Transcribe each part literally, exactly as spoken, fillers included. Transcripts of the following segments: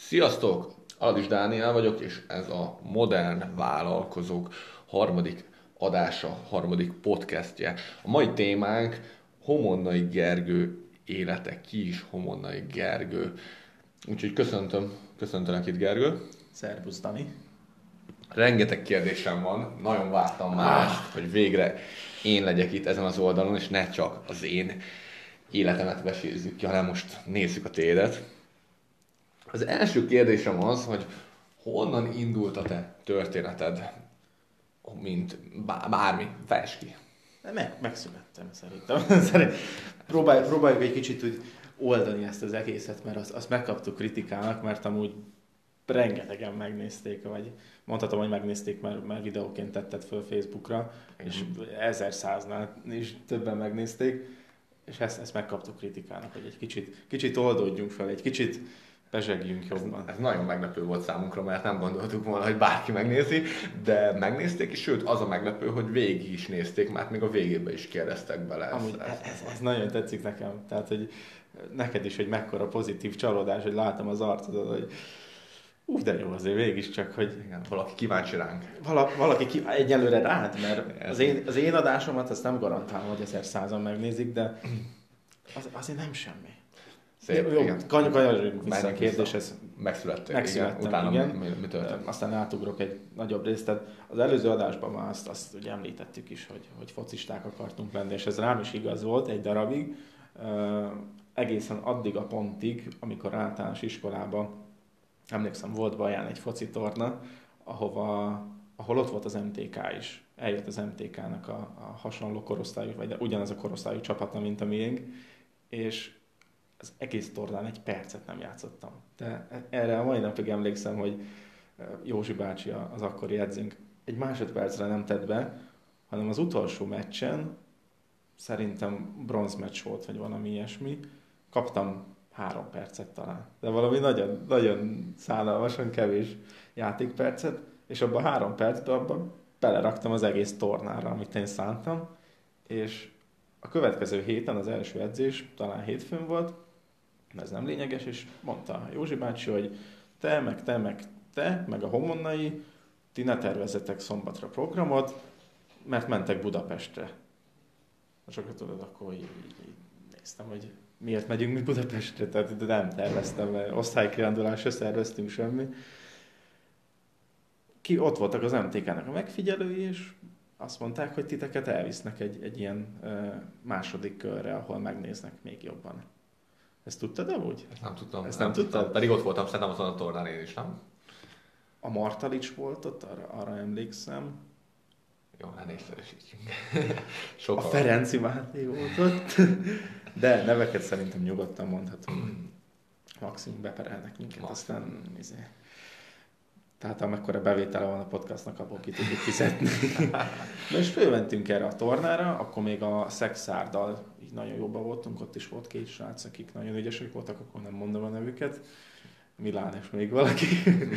Sziasztok! Aladis Dániel vagyok, és ez a Modern Vállalkozók harmadik adása, harmadik podcastje. A mai témánk Homonnai Gergő élete. Ki is Homonnai Gergő? Úgyhogy köszöntöm, köszöntelek itt, Gergő. Szervusz, Dani. Rengeteg kérdésem van, nagyon vártam már Ah. ezt, hogy végre én legyek itt ezen az oldalon, és ne csak az én életemet vesézzük ki, hanem most nézzük a tiédet. Az első kérdésem az, hogy honnan indult a te történeted, mint bá- bármi, fejtsd ki. Meg, megszülettem szerintem. Szerint próbáljuk, próbáljuk egy kicsit úgy oldani ezt az egészet, mert azt, azt megkaptuk kritikának, mert amúgy rengetegen megnézték, vagy mondhatom, hogy megnézték, mert, mert videóként tetted föl Facebookra, és ezerszáznál is többen megnézték, és ezt, ezt megkaptuk kritikának, hogy egy kicsit, kicsit oldódjunk fel, egy kicsit bezsegjünk jobban. Ez nagyon meglepő volt számunkra, mert nem gondoltuk volna, hogy bárki megnézi, de megnézték, és sőt, az a meglepő, hogy végig is nézték, mert még a végébe is kérdeztek bele. Amúgy ez, ez, ez nagyon tetszik nekem, tehát, hogy neked is, hogy mekkora pozitív csalódás, hogy látom az arcodon, hogy ú, de jó azért végig csak, hogy Igen, valaki kíváncsi ránk. vala, valaki ki, egyelőre rád, mert az én, az én adásomat azt nem garantálom, hogy ezer százan megnézik, de az, azért nem semmi. Szép, jó, igen. kany- kanyarodjunk vissza a Menjünk kérdéshez. Megszülettél, Megszülettem, igen. Utána igen. Mi, mi történt? Aztán átugrok egy nagyobb részt. Tehát az előző adásban már azt, azt ugye említettük is, hogy, hogy focisták akartunk lenni, és ez rám is igaz volt egy darabig. Uh, egészen addig a pontig, amikor általános iskolában, emlékszem, volt Baján egy focitorna, ahova, ahol ott volt az em té ká is. Eljött az em té ká-nak a, a hasonló korosztályú, vagy ugyanaz a korosztályú csapata, mint a miénk, és az egész tornán egy percet nem játszottam. De erre a mai napig emlékszem, hogy Józsi bácsi, az akkori edzőnk, egy másodpercre nem tett be, hanem az utolsó meccsen, szerintem bronzmeccs volt, vagy valami ilyesmi, kaptam három percet talán. De valami nagyon, nagyon szánalmasan kevés játékpercet, és abban a három percben abban beleraktam az egész tornára, amit én szántam, és a következő héten az első edzés, talán hétfőn volt, ez nem lényeges, és mondta Józsi bácsi, hogy te, meg te, meg te, meg a Homonnai, ti ne tervezzetek szombatra programot, mert mentek Budapestre. És akkor tudod, akkor így, így, így néztem, hogy miért megyünk mi Budapestre, tehát nem terveztem, mert osztálykirándulás se szerveztünk semmi. Ki, ott voltak az em té ká-nak a megfigyelői, és azt mondták, hogy titeket elvisznek egy, egy ilyen uh, második körre, ahol megnéznek még jobban. Ezt tudtad amúgy? Ezt nem tudtam. Ezt nem, nem tudtam. tudtad? Pedig ott voltam, szerintem azon a tornán én is, nem? A Martalics volt ott, arra, arra emlékszem. Jó, ne népszerűsítsünk. A Sokkal. Ferenci Máté volt ott. De neveket szerintem nyugodtan mondhatunk. Maximum beperelnek minket, Maximum. aztán izé. Tehát amekkora bevétele van a podcastnak, abból ki tudjuk fizetni. Na és fölmentünk erre a tornára, akkor még a Szexárdal így nagyon jobban voltunk, ott is volt két srác, akik nagyon ügyesek voltak, akkor nem mondom a nevüket. Milán és még valaki.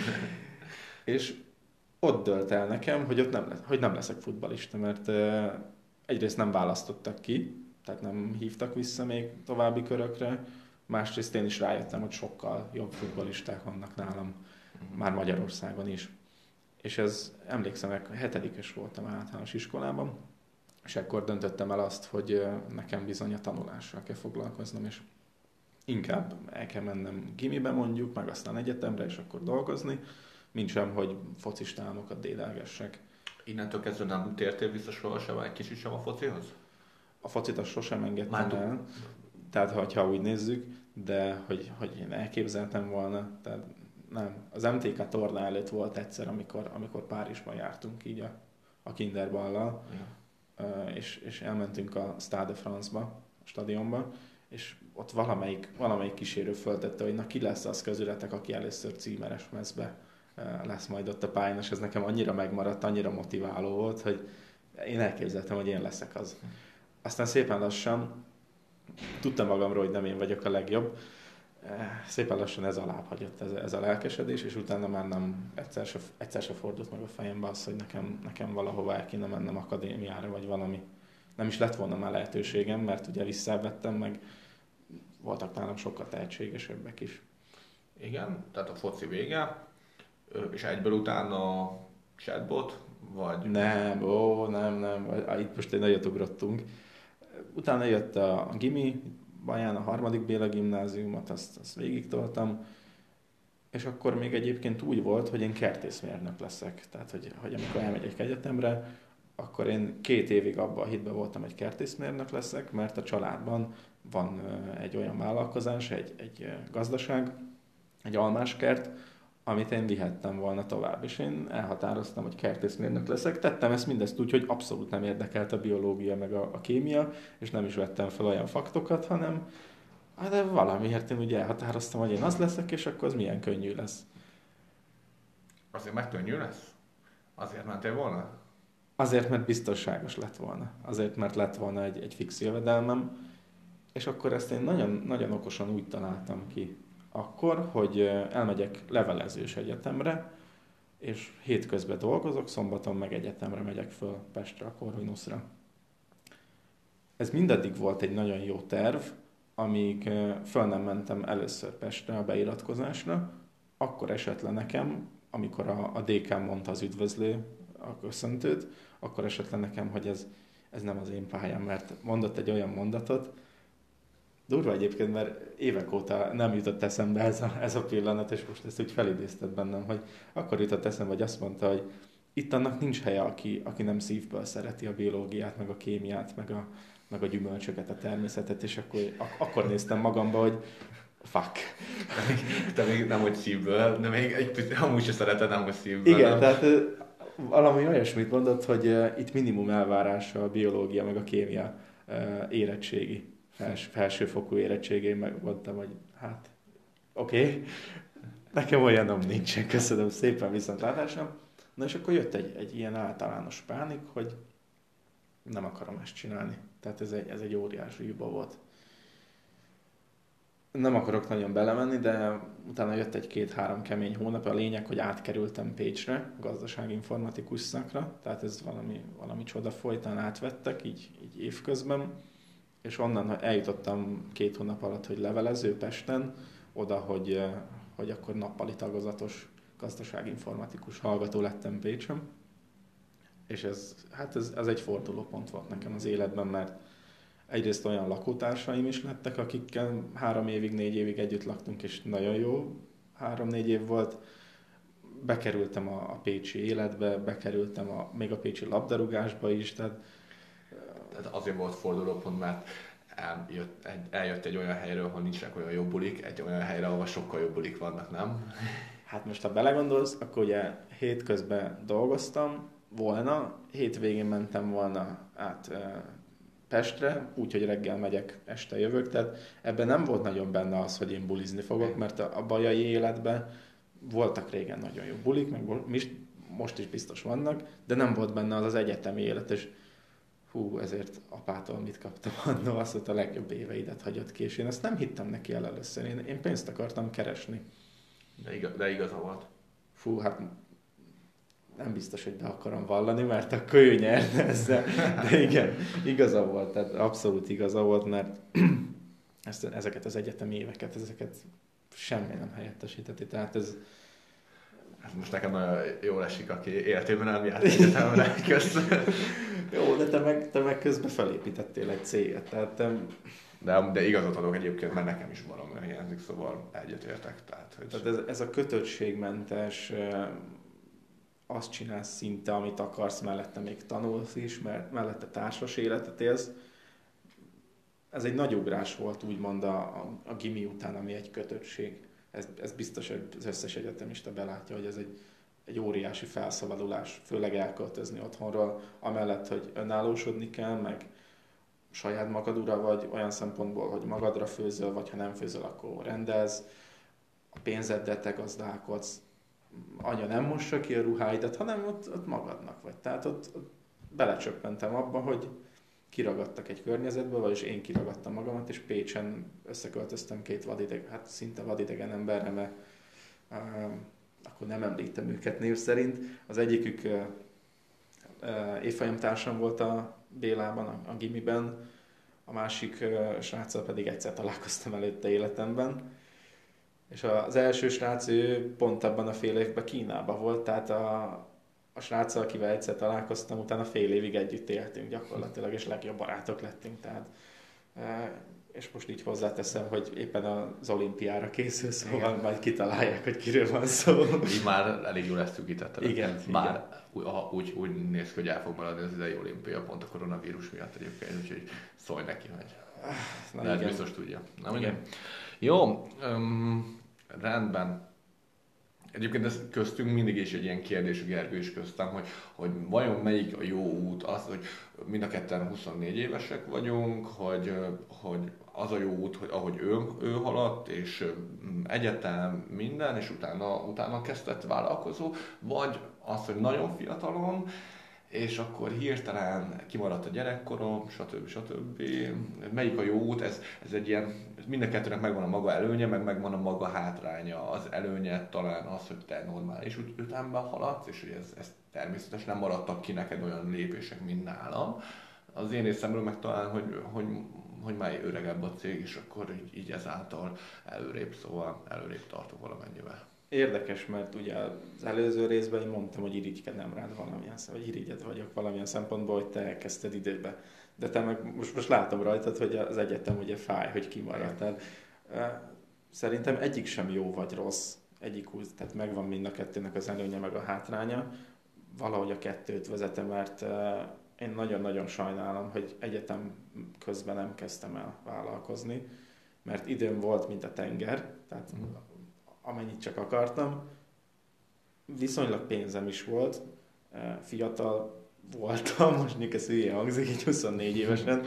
És ott dölt el nekem, hogy, ott nem, lesz, hogy nem leszek futballista, mert uh, egyrészt nem választottak ki, tehát nem hívtak vissza még további körökre, másrészt én is rájöttem, hogy sokkal jobb futballisták vannak nálam, már Magyarországon is. És ez, emlékszem, hogy hetedikes voltam általános iskolában, és ekkor döntöttem el azt, hogy uh, nekem bizony a tanulással kell foglalkoznom, és inkább el kell mennem gimibe mondjuk, meg aztán egyetemre, és akkor dolgozni, mint sem, hogy focis álmokat dédelgessek. Innentől kezdve nem tértél vissza sohasem egy kicsit sem a focihoz? A focit azt sosem engedtem Már el, tehát ha úgy nézzük, de hogy, hogy én elképzeltem volna, tehát nem. Az em té ká torna előtt volt egyszer, amikor, amikor Párizsban jártunk így a, a Kinderballal, ja. és, és elmentünk a Stade de France-ba, a stadionba, és ott valamelyik, valamelyik kísérő föltette, hogy na ki lesz az közületek, aki először címeres mezbe lesz majd ott a pályán, és ez nekem annyira megmaradt, annyira motiváló volt, hogy én elképzeltem, hogy én leszek az. Aztán szépen lassan tudtam magamról, hogy nem én vagyok a legjobb. Szépen lassan ez alább hagyott ez, ez a lelkesedés, és utána már nem egyszer se, egyszer se fordult meg a fejembe az, hogy nekem, nekem valahova el kéne mennem akadémiára, vagy valami. Nem is lett volna már lehetőségem, mert ugye visszavettem, meg voltak nálam sokkal tehetségesebbek is. Igen, tehát a foci vége, Ö, és egyből utána a chatbot, vagy... Nem, ó, nem, nem, itt most egy nagyot ugrottunk. Utána jött a, a gimi, Baján a harmadik Béla gimnáziumot, azt, azt végig toltam, és akkor még egyébként úgy volt, hogy én kertészmérnök leszek. Tehát, hogy, hogy amikor elmegyek egyetemre, akkor én két évig abban a hitben voltam, hogy kertészmérnök leszek, mert a családban van egy olyan vállalkozás, egy, egy gazdaság, egy almáskert, amit én vihettem volna tovább. És én elhatároztam, hogy kertészmérnök leszek. Tettem ezt mindezt úgy, hogy abszolút nem érdekelt a biológia meg a, a kémia, és nem is vettem fel olyan faktokat, hanem hát de valamiért én ugye elhatároztam, hogy én az leszek, és akkor az milyen könnyű lesz. Azért megkönnyű lesz? Azért mentél volna? Azért, mert biztonságos lett volna. Azért, mert lett volna egy, egy fix jövedelmem. És akkor ezt én nagyon, nagyon okosan úgy találtam ki akkor, hogy elmegyek levelezős egyetemre, és hétközben dolgozok, szombaton meg egyetemre megyek föl Pestre, a Corvinusra. Ez mindaddig volt egy nagyon jó terv, amíg föl nem mentem először Pestre a beiratkozásra, akkor esett le nekem, amikor a, a dé ká mondta az üdvözlő, a köszöntőt, akkor esett le nekem, hogy ez, ez nem az én pályám, mert mondott egy olyan mondatot, durva egyébként, mert évek óta nem jutott eszembe ez a, ez a pillanat, és most ezt úgy felidézted bennem, hogy akkor jutott eszembe, hogy azt mondta, hogy itt annak nincs helye, aki, aki nem szívből szereti a biológiát, meg a kémiát, meg a, meg a gyümölcsöket, a természetet, és akkor, ak- akkor néztem magamba, hogy fuck. Te még, te még nem, hogy szívből, de még egy picit, amúgy se szereted, nem, hogy szívből. Igen, nem? tehát valami olyasmit mondott, hogy uh, itt minimum elvárása a biológia, meg a kémia uh, érettségi. Fels, felsőfokú érettségén megmondtam, hogy hát oké, okay. Nekem olyanom nincsen, köszönöm szépen, viszontlátásra. Na és akkor jött egy, egy ilyen általános pánik, hogy nem akarom ezt csinálni. Tehát ez egy, ez egy óriási hiba volt. Nem akarok nagyon belemenni, de utána jött egy-két-három kemény hónap. A lényeg, hogy átkerültem Pécsre, gazdaságinformatikus szakra, tehát ez valami, valami csoda folytán átvettek, így, így évközben. És onnan eljutottam két hónap alatt, hogy levelező Pesten, oda, hogy, hogy akkor nappali tagozatos gazdaságinformatikus hallgató lettem Pécsen. És ez, hát ez, ez egy fordulópont volt nekem az életben, mert egyrészt olyan lakótársaim is lettek, akikkel három évig, négy évig együtt laktunk, és nagyon jó három-négy év volt. Bekerültem a, a pécsi életbe, bekerültem a, még a pécsi labdarúgásba is, tehát Tehát azért volt fordulópont, mert eljött egy, eljött egy olyan helyről, ahol nincsenek olyan jobb bulik, egy olyan helyre, ahol sokkal jobb bulik vannak, nem? Hát most, ha belegondolsz, akkor ugye hétközben dolgoztam volna, hétvégén mentem volna át e, Pestre, úgyhogy reggel megyek, este jövök, tehát ebben nem volt nagyon benne az, hogy én bulizni fogok, mert a, a bajai életben voltak régen nagyon jó bulik, meg most is biztos vannak, de nem volt benne az az egyetemi élet, és hú, ezért apától mit kaptam annól, azt, hogy a legjobb éveidet hagyott ki, és én ezt nem hittem neki el először. Én, én pénzt akartam keresni. De, igaz, de igaza volt. Fú, hát nem biztos, hogy be akarom vallani, mert akkor ő nyerne ezzel. De igen, igaza volt, tehát abszolút igaza volt, mert ezt, ezeket az egyetemi éveket, ezeket semmi nem helyettesíteti. Tehát ez... Hát most nekem nagyon jól esik, aki életében nem járt egyetemre. Jó, de te meg, te meg közben felépítettél egy céget, tehát... De, de igazat adok egyébként, mert nekem is valami hiányzik, szóval egyetértek. Tehát, hogy... tehát ez, ez a kötöttségmentes, azt csinálsz szinte, amit akarsz, mellette még tanulsz is, mert mellette társas életet élsz. Ez egy nagy ugrás volt, úgymond a, a, a gimi után, ami egy kötöttség. Ez, ez biztos, hogy az összes egyetemista belátja, hogy ez egy, egy óriási felszabadulás, főleg elköltözni otthonról, amellett, hogy önállósodni kell, meg saját magad ura vagy olyan szempontból, hogy magadra főzöl, vagy ha nem főzöl, akkor rendelsz, a pénzeddel te gazdálkodsz, anya nem mossa ki a ruháidat, hanem ott, ott magadnak vagy. Tehát ott, ott belecsöppentem abba, hogy kiragadtak egy környezetbe, vagyis én kiragadtam magamat, és Pécsen összeköltöztem két vadidegen, hát szinte vadidegen emberre, mert uh, akkor nem említem őket név szerint. Az egyikük uh, uh, évfolyamtársam volt a Bélában, a, a gimiben, a másik uh, sráccal pedig egyszer találkoztam előtte életemben. És az első srác, ő pont abban a fél évben Kínában volt, tehát a, a sráccal, akivel egyszer találkoztam, utána fél évig együtt éltünk gyakorlatilag, és legjobb barátok lettünk. Tehát, és most így hozzáteszem, hogy éppen az olimpiára készül, szóval igen. Majd kitalálják, hogy kiről van szó. Így már elég jól ezt szűkítetted. Igen. Bár igen. Úgy, úgy néz ki, hogy el fog maradni az idei olimpia pont a koronavírus miatt egyébként, úgyhogy szólj neki, hogy Na, lehet igen. biztos tudja. Nem, igen. igen. Jó, um, rendben. Egyébként ez köztünk mindig is egy ilyen kérdés, Gergő is köztem, hogy, hogy vajon melyik a jó út, az, hogy mind a ketten huszonnégy évesek vagyunk, hogy, hogy az a jó út, hogy ahogy ő, ő haladt, és egyetem, minden, és utána, utána kezdett vállalkozó, vagy az, hogy nagyon fiatalon, és akkor hirtelen kimaradt a gyerekkorom, stb. stb. Melyik a jó út? Ez, ez egy ilyen, mind a kettőnek megvan a maga előnye, meg megvan a maga hátránya. Az előnye talán az, hogy te normális ut- utánban haladsz, és hogy ez, ez természetesen nem maradtak ki neked olyan lépések, mint nálam. Az én részemről meg talán, hogy, hogy, hogy már öregebb a cég, és akkor így, így ezáltal előrébb, szóval előrébb tartok valamennyivel. Érdekes, mert ugye az előző részben én mondtam, hogy irigykedem rád valamilyen szempontból, vagy irigyed vagyok valamilyen szempontból, hogy te elkezdted időbe. De te meg most, most látom rajtad, hogy az egyetem ugye fáj, hogy kimaradt. Tehát, uh, szerintem egyik sem jó vagy rossz, egyik úgy, tehát megvan mind a kettőnek az előnye meg a hátránya. Valahogy a kettőt vezetem, mert uh, én nagyon-nagyon sajnálom, hogy egyetem közben nem kezdtem el vállalkozni, mert időm volt, mint a tenger, tehát mm. amennyit csak akartam. Viszonylag pénzem is volt, fiatal voltam, most mondjuk ez hülye hangzik, így huszonnégy évesen,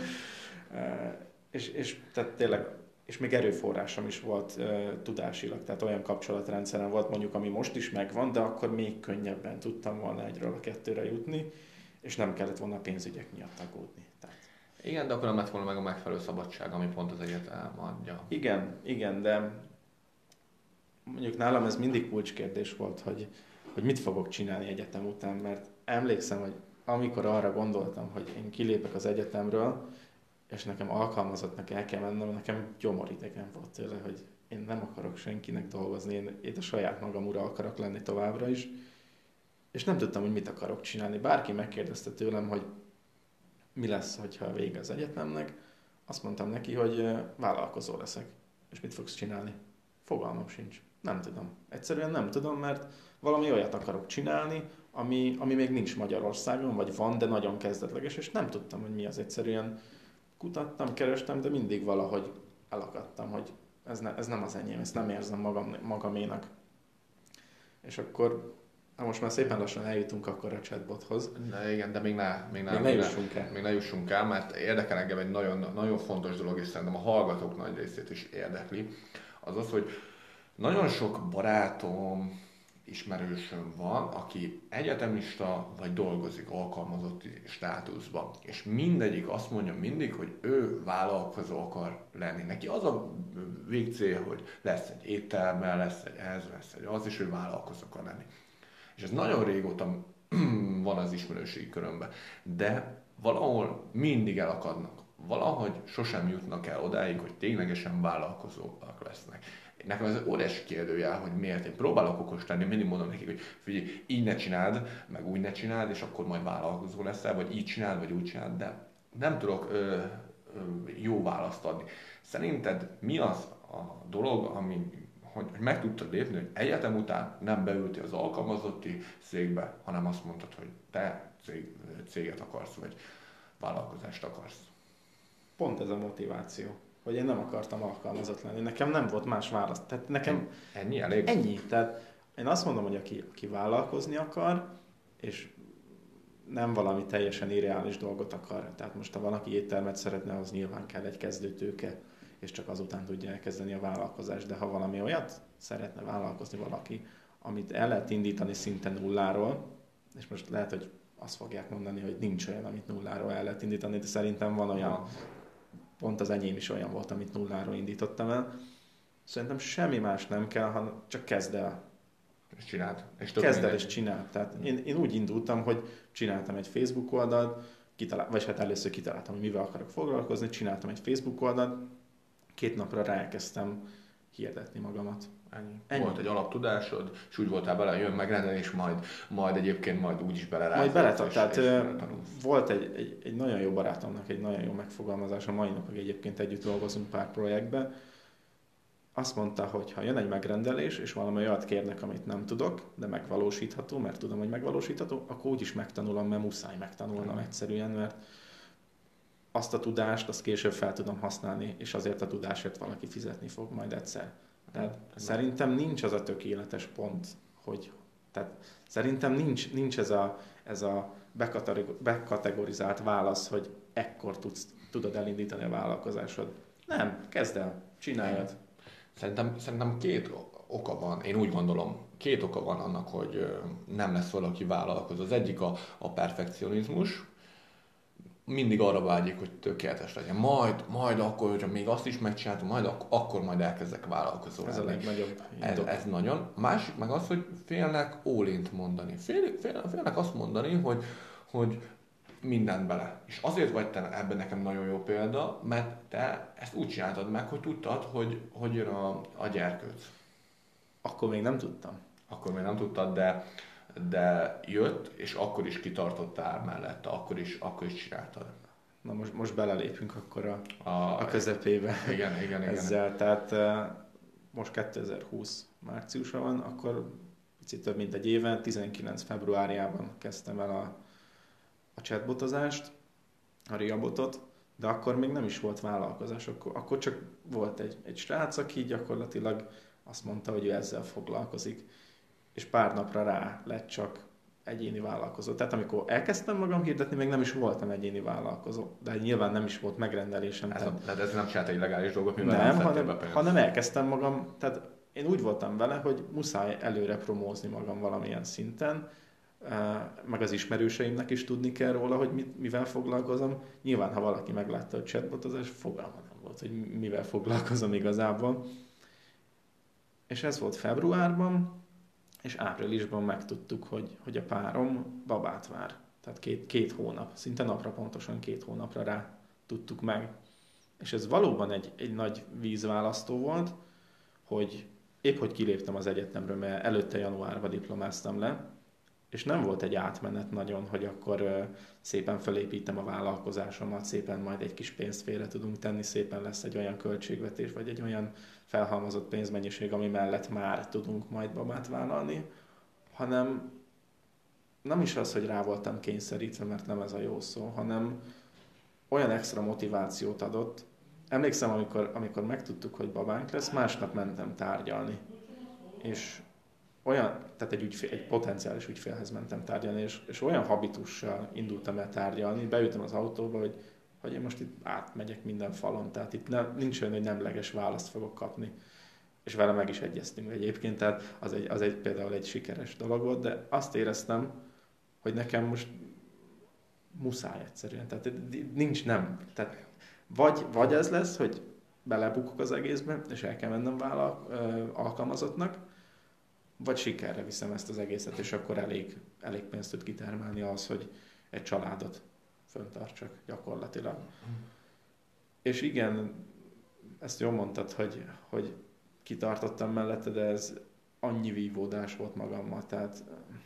és, és, tehát tényleg, és még erőforrásom is volt tudásilag, tehát olyan kapcsolatrendszerem volt mondjuk, ami most is megvan, de akkor még könnyebben tudtam volna egyről a kettőre jutni, és nem kellett volna a pénzügyek miatt aggódni. Tehát... Igen, de akkor nem lett volna meg a megfelelő szabadság, ami pont az egyetem adja. Igen, igen, de mondjuk nálam ez mindig kulcskérdés volt, hogy, hogy mit fogok csinálni egyetem után, mert emlékszem, hogy amikor arra gondoltam, hogy én kilépek az egyetemről, és nekem alkalmazottnak el kell mennem, nekem gyomoridegen volt tőle, hogy én nem akarok senkinek dolgozni, én, én a saját magam ura akarok lenni továbbra is, és nem tudtam, hogy mit akarok csinálni. Bárki megkérdezte tőlem, hogy mi lesz, hogyha vége az egyetemnek, azt mondtam neki, hogy vállalkozó leszek, és mit fogsz csinálni? Fogalmam sincs. Nem tudom. Egyszerűen nem tudom, mert valami olyat akarok csinálni, ami, ami még nincs Magyarországon, vagy van, de nagyon kezdetleges, és nem tudtam, hogy mi az. Egyszerűen kutattam, kerestem, de mindig valahogy elakadtam, hogy ez, ne, ez nem az enyém, ezt nem érzem magam, magaménak. És akkor, hát most már szépen lassan eljutunk akkor a chatbothoz. De igen, de még ne, még ne, még ne jussunk el. Még ne jussunk el, mert érdekel engem egy nagyon, nagyon fontos dolog, és szerintem a hallgatók nagy részét is érdekli. Az az, hogy nagyon sok barátom, ismerősöm van, aki egyetemista vagy dolgozik alkalmazotti státuszban. És mindegyik azt mondja mindig, hogy ő vállalkozó akar lenni. Neki az a végcél, hogy lesz egy étterme, lesz egy ez, lesz egy az, és ő vállalkozó akar lenni. És ez nagyon régóta van az ismerőségi körömben. De valahol mindig elakadnak. Valahogy sosem jutnak el odáig, hogy ténylegesen vállalkozóak lesznek. Nekem ez óriási kérdőjel, hogy miért. Én próbálok okos lenni, mindig mondom nekik, hogy figyelj, így ne csináld, meg úgy ne csináld, és akkor majd vállalkozó leszel, vagy így csináld, vagy úgy csináld, de nem tudok ö, ö, jó választ adni. Szerinted mi az a dolog, ami, hogy, hogy meg tudtad lépni, hogy egyetem után nem beültél az alkalmazotti székbe, hanem azt mondtad, hogy te cég, céget akarsz, vagy vállalkozást akarsz? Pont ez a motiváció, hogy én nem akartam alkalmazott lenni. Nekem nem volt más választ. Tehát nekem ennyi elég? Ennyi. Tehát én azt mondom, hogy aki, aki vállalkozni akar, és nem valami teljesen irreális dolgot akar. Tehát most, ha valaki éttermet szeretne, az nyilván kell egy kezdőtőke, és csak azután tudja elkezdeni a vállalkozást. De ha valami olyat szeretne vállalkozni valaki, amit el lehet indítani szinte nulláról, és most lehet, hogy azt fogják mondani, hogy nincs olyan, amit nulláról el lehet indítani, de szerintem van olyan, pont az enyém is olyan volt, amit nulláról indítottam el. Szerintem semmi más nem kell, hanem csak kezd el. És csináld. És kezd el és csináld. Tehát én, én úgy indultam, hogy csináltam egy Facebook oldalt, kitalál, vagy hát először kitaláltam, hogy mivel akarok foglalkozni, csináltam egy Facebook oldalt, két napra rákezdtem hirdetni magamat Ennyi. Ennyi. Volt egy alaptudásod, és úgy voltál bele, jön megrendelés, majd, majd egyébként majd úgy is belerázol. Majd beletanulsz. Tehát és volt egy, egy, egy nagyon jó barátomnak egy nagyon jó megfogalmazás, a mai napig egyébként együtt dolgozunk pár projektben. Azt mondta, hogy ha jön egy megrendelés, és valami olyat kérnek, amit nem tudok, de megvalósítható, mert tudom, hogy megvalósítható, akkor úgyis megtanulom, mert muszáj megtanulnom egyszerűen, mert azt a tudást, azt később fel tudom használni, és azért a tudásért valaki fizetni fog majd egyszer. Tehát szerintem nincs az a tökéletes pont, hogy tehát szerintem nincs, nincs ez a, ez a bekategorizált válasz, hogy ekkor tudsz, tudod elindítani a vállalkozásod. Nem, kezd el, csináljad. Szerintem, szerintem két oka van, én úgy gondolom, két oka van annak, hogy nem lesz valaki vállalkozó. Az egyik a, a perfekcionizmus, mindig arra vágyik, hogy tökéletes legyen. Majd, majd akkor, hogyha még azt is megcsináltam, majd ak- akkor majd elkezdek vállalkozó Ez lenni. a legnagyobb ez, ez nagyon. A másik meg az, hogy félnek all-int mondani. Fél, fél, félnek azt mondani, hogy, hogy mindent bele. És azért vagy te ebben nekem nagyon jó példa, mert te ezt úgy csináltad meg, hogy tudtad, hogy, hogy jön a, a gyerkőc. Akkor még nem tudtam. Akkor még nem tudtad, de, de jött, és akkor is kitartottál mellette, akkor is, akkor is csináltad. Na most, most belelépünk akkor a, a, a közepébe. Igen, igen, igen. Ezzel, tehát most kétezer-húsz márciusa van, akkor picit több mint egy éven, tizenkilenc februárjában kezdtem el a, a chatbotozást, a Riabotot, de akkor még nem is volt vállalkozás, akkor, akkor csak volt egy, egy srác, aki gyakorlatilag azt mondta, hogy ő ezzel foglalkozik, és pár napra rá lett csak egyéni vállalkozó. Tehát amikor elkezdtem magam hirdetni, még nem is voltam egyéni vállalkozó, de nyilván nem is volt megrendelésem. Ez, tehát... tehát ez nem csinált egy legális dolgot, mivel nem, nem hanem, be pénzt. hanem elkezdtem magam, tehát én úgy voltam vele, hogy muszáj előre promózni magam valamilyen szinten, meg az ismerőseimnek is tudni kell róla, hogy mit, mivel foglalkozom. Nyilván, ha valaki meglátta a chatbotozás, fogalma nem volt, hogy mivel foglalkozom igazából. És ez volt februárban, és áprilisban megtudtuk, hogy, hogy a párom babát vár. Tehát két, két hónap, szinte napra pontosan két hónapra rá tudtuk meg. És ez valóban egy, egy nagy vízválasztó volt, hogy épp hogy kiléptem az egyetemről, mert előtte januárban diplomáztam le, és nem volt egy átmenet nagyon, hogy akkor uh, szépen felépítem a vállalkozásomat, szépen majd egy kis pénzt félre tudunk tenni, szépen lesz egy olyan költségvetés, vagy egy olyan felhalmozott pénzmennyiség, ami mellett már tudunk majd babát vállalni, hanem nem is az, hogy rá voltam kényszerítve, mert nem ez a jó szó, hanem olyan extra motivációt adott. Emlékszem, amikor, amikor megtudtuk, hogy babánk lesz, másnap mentem tárgyalni. És olyan, tehát egy, ügyfél, egy potenciális ügyfélhez mentem tárgyalni, és, és olyan habitussal indultam el tárgyalni, beültem az autóba, hogy, hogy én most itt átmegyek minden falon, tehát itt nem, nincs olyan, hogy nemleges választ fogok kapni. És vele meg is egyeztünk egyébként, tehát az egy, az egy például egy sikeres dolog volt, de azt éreztem, hogy nekem most muszáj egyszerűen, tehát nincs nem. Tehát vagy, vagy ez lesz, hogy belebukok az egészbe, és el kell mennem vállal, alkalmazottnak, vagy sikerre viszem ezt az egészet, és akkor elég, elég pénzt tud kitermelni az, hogy egy családot föntartsak gyakorlatilag. Mm. És igen, ezt jól mondtad, hogy, hogy kitartottam mellette, de ez annyi vívódás volt magammal, tehát...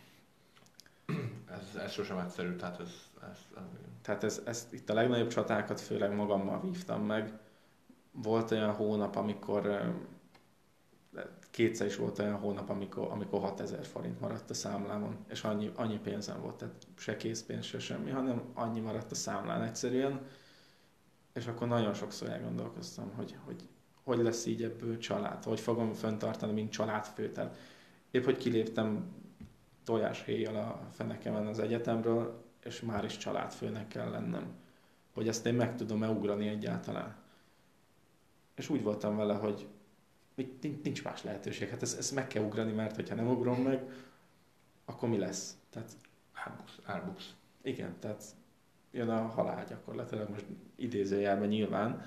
Ez, ez sosem egyszerű, tehát ez... ez tehát ez, ezt, itt a legnagyobb csatákat főleg magammal vívtam meg. Volt olyan hónap, amikor... Kétszer is volt olyan hónap, amikor, amikor hatezer forint maradt a számlámon, és annyi, annyi pénzem volt, tehát se készpénz, se semmi, hanem annyi maradt a számlán egyszerűen, és akkor nagyon sokszor elgondolkoztam, hogy hogy, hogy lesz így ebből család, hogy fogom fenntartani, mint családfő. Tehát épp, hogy kiléptem tojáshéjjal a fenekemen az egyetemről, és már is családfőnek kell lennem, hogy ezt én meg tudom-e ugrani egyáltalán. És úgy voltam vele, hogy nincs más lehetőség. Hát ezt, ezt meg kell ugrani, mert hogyha nem ugrom meg, akkor mi lesz? Tehát, elbuksz, elbuksz. Igen, tehát jön a halál gyakorlatilag, most idézőjelben nyilván,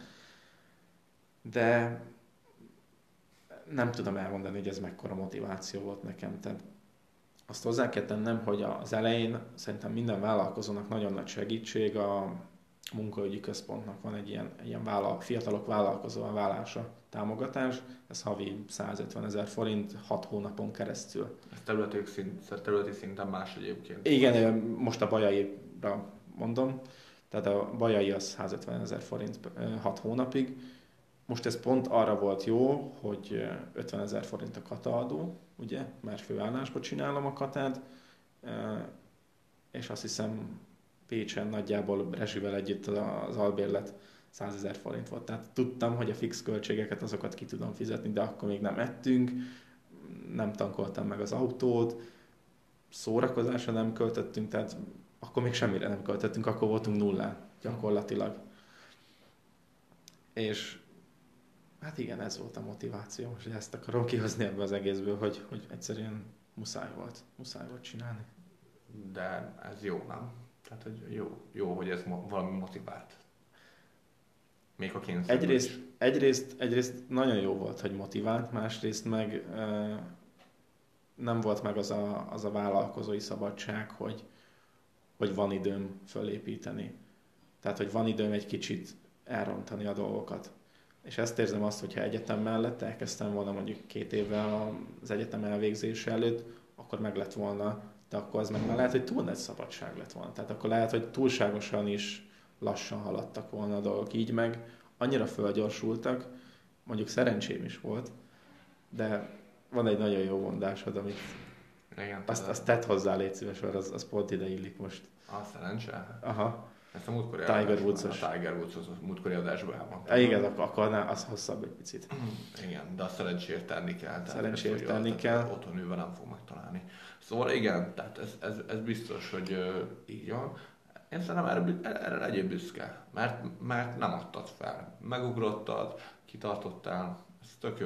de nem tudom elmondani, hogy ez mekkora motiváció volt nekem. Tehát azt hozzá kell tennem, hogy az elején szerintem minden vállalkozónak nagyon nagy segítség, a munkaügyi központnak van egy ilyen, ilyen vállal, fiatalok vállalkozóvá válása támogatás, ez havi százötvenezer forint hat hónapon keresztül. Ez területi, szint, területi szinten más egyébként. Igen, most a Bajaira mondom, tehát a Bajai az százötvenezer forint hat hónapig. Most ez pont arra volt jó, hogy ötvenezer forint a kataadó, ugye, mert főállásba csinálom a katát, és azt hiszem Pécsen nagyjából rezsivel együtt az albérlet százezer forint volt. Tehát tudtam, hogy a fix költségeket azokat ki tudom fizetni, de akkor még nem ettünk, nem tankoltam meg az autót, szórakozásra nem költöttünk, tehát akkor még semmire nem költöttünk, akkor voltunk nullán gyakorlatilag. És hát igen, ez volt a motiváció, és ezt akarom kihozni ebből az egészből, hogy, hogy egyszerűen muszáj volt, muszáj volt csinálni. De ez jó, nem? Tehát, hogy jó, jó, hogy ez valami motivált. Még a kényszer. Egyrészt, egyrészt, egyrészt nagyon jó volt, hogy motivált, másrészt meg e, nem volt meg az a, az a vállalkozói szabadság, hogy, hogy van időm fölépíteni. Tehát, hogy van időm egy kicsit elrontani a dolgokat. És ezt érzem azt, hogyha egyetem mellett elkezdtem volna mondjuk két évvel az egyetem elvégzése előtt, akkor meg lett volna, de akkor az meg már lehet, hogy túl nagy szabadság lett volna. Tehát akkor lehet, hogy túlságosan is lassan haladtak volna a dolgok. Így meg annyira fölgyorsultak, mondjuk szerencsém is volt, de van egy nagyon jó mondásod, amit igen, azt, azt tedd hozzá, légy szíves, mert az, az pont ide illik most. A szerencse? Aha. Ezt a múltkori Tiger adásban, Woods-os. a Tiger Woods-os múltkori adásban elmondtam. E, igen, akkor, akkor az hosszabb egy picit. Igen, de a szerencsért tenni kell. Szerencsért tenni kell. Otthon ülve nem fog megtalálni. Szóval igen, tehát ez, ez, ez biztos, hogy uh, így van. Én szerintem erre, erre legyél büszke, mert, mert nem adtad fel. Megugrottad, kitartottál, ez tök jó.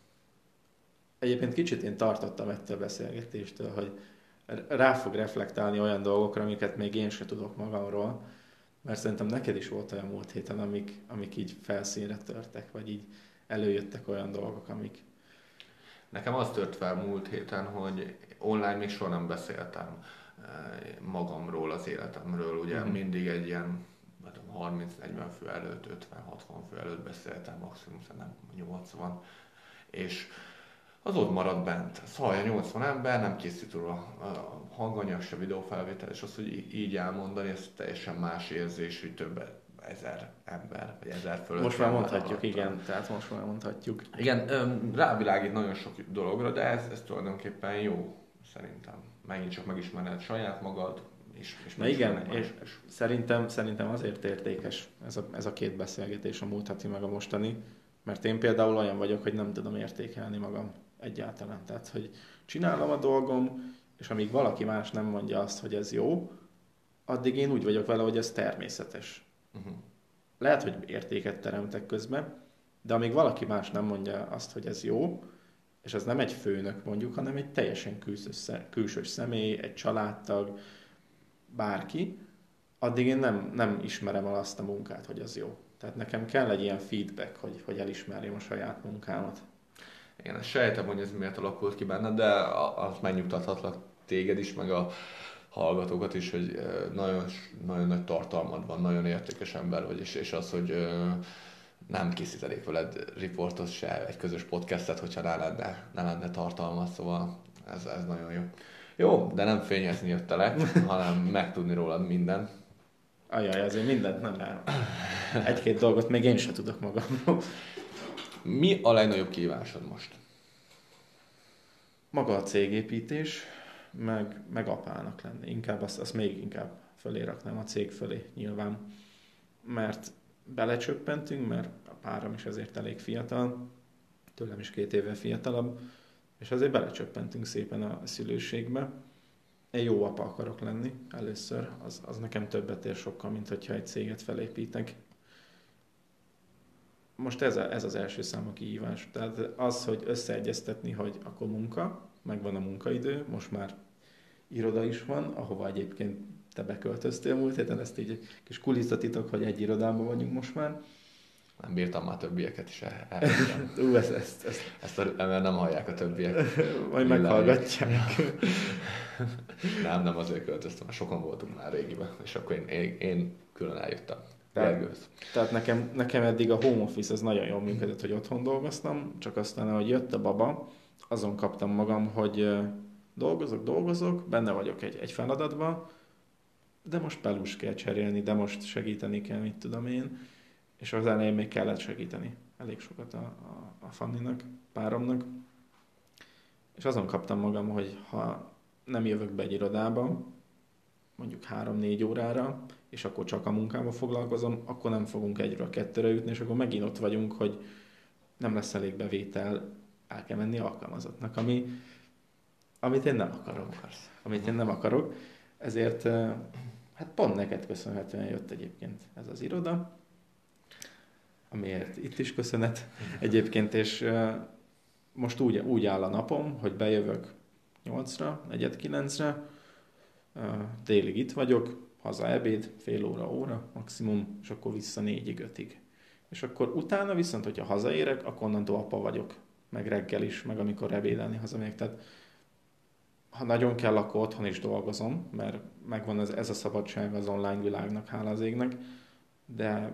Egyébként kicsit én tartottam ettől a beszélgetéstől, hogy rá fog reflektálni olyan dolgokra, amiket még én sem tudok magamról, mert szerintem neked is volt olyan múlt héten, amik, amik így felszínre törtek, vagy így előjöttek olyan dolgok, amik... Nekem az tört fel múlt héten, hogy online még soha nem beszéltem magamról, az életemről, ugye mm-hmm. mindig egy ilyen harminc-negyven fő előtt, ötven-hatvan fő előtt beszéltem, maximum szerintem nyolcvan, és az ott maradt bent. Szóval a nyolcvan ember, nem készít róla a hanganyag, se videófelvétel, és az, hogy így elmondani, ez teljesen más érzés, hogy több ezer ember, vagy ezer fölött. Most már mondhatjuk, igen, tehát most már mondhatjuk. Igen, rávilágít nagyon sok dologra, de ez, ez tulajdonképpen jó, szerintem. Megint csak megismered saját magad, és, és na igen, és szerintem, szerintem azért értékes ez a, ez a két beszélgetés, a múlt heti meg a mostani, mert én például olyan vagyok, hogy nem tudom értékelni magam egyáltalán. Tehát, hogy csinálom a dolgom, és amíg valaki más nem mondja azt, hogy ez jó, addig én úgy vagyok vele, hogy ez természetes. Uh-huh. Lehet, hogy értéket teremtek közben, de amíg valaki más nem mondja azt, hogy ez jó, és ez nem egy főnök mondjuk, hanem egy teljesen külsős, külsős személy, egy családtag, bárki, addig én nem, nem ismerem el azt a munkát, hogy az jó. Tehát nekem kell egy ilyen feedback, hogy, hogy elismerjem a saját munkámat. Én ezt sejtem, hogy ez miért alakult ki benne, de az megnyugtathatlak téged is, meg a hallgatókat is, hogy nagyon, nagyon nagy tartalmad van, nagyon értékes ember vagy, és, és az, hogy nem készítenék veled riportot se, egy közös podcastet, hogyha ne lenne, ne lenne tartalma, szóval ez, ez nagyon jó. Jó, de nem fényezni jöttelek, hanem megtudni rólad mindent. Ajaj, azért mindent nem el. Egy-két dolgot még én sem tudok magamról. Mi a legnagyobb kihívásod most? Maga a cégépítés, meg, meg apának lenni. Inkább azt, azt még inkább fölé raknám a cég fölé nyilván. Mert belecsöppentünk, mert a párom is azért elég fiatal, tőlem is két évvel fiatalabb, és azért belecsöppentünk szépen a szülőségbe. Én jó apa akarok lenni először, az, az nekem többet ér sokkal, mint hogyha egy céget felépítek. Most ez, a, ez az első számú kihívás. Tehát az, hogy összeegyeztetni, hogy akkor munka, megvan a munkaidő, most már iroda is van, ahova egyébként te beköltöztél múlt héten, ezt így egy kis kulisszatitok, hogy egy irodában vagyunk most már. Nem bírtam már többieket is el. Ú, ezt, ezt, ezt. ezt a, mert nem hallják a többiek. Majd meghallgatják. nem, nem azért költöztem, mert sokan voltunk már régiben, és akkor én, én, én külön eljöttem. Tehát, tehát nekem, nekem eddig a home office az nagyon jól működött, hogy otthon dolgoztam, csak aztán, ahogy jött a baba, azon kaptam magam, hogy dolgozok, dolgozok, benne vagyok egy, egy feladatban, de most pelus kell cserélni, de most segíteni kell, mit tudom én, és az elején még kellett segíteni elég sokat a, a, a Fanninak, páromnak, és azon kaptam magam, hogy ha nem jövök be egy irodába, mondjuk három-négy órára, és akkor csak a munkával foglalkozom, akkor nem fogunk egyről kettőre jutni, és akkor megint ott vagyunk, hogy nem lesz elég bevétel, el kell menni alkalmazottnak, ami, amit én nem akarok. Amit én nem akarok. Ezért hát pont neked köszönhetően jött egyébként ez az iroda, amiért itt is köszönet egyébként, és most úgy, úgy áll a napom, hogy bejövök nyolcra, negyed kilencre, délig itt vagyok, haza ebéd, fél óra, óra maximum, és akkor vissza négyig, ötig. És akkor utána viszont, hogyha hazaérek, akkor onnantól apa vagyok, meg reggel is, meg amikor ebédelni hazamegyek. Tehát ha nagyon kell, akkor otthon is dolgozom, mert megvan ez, ez a szabadság az online világnak, hála az égnek, de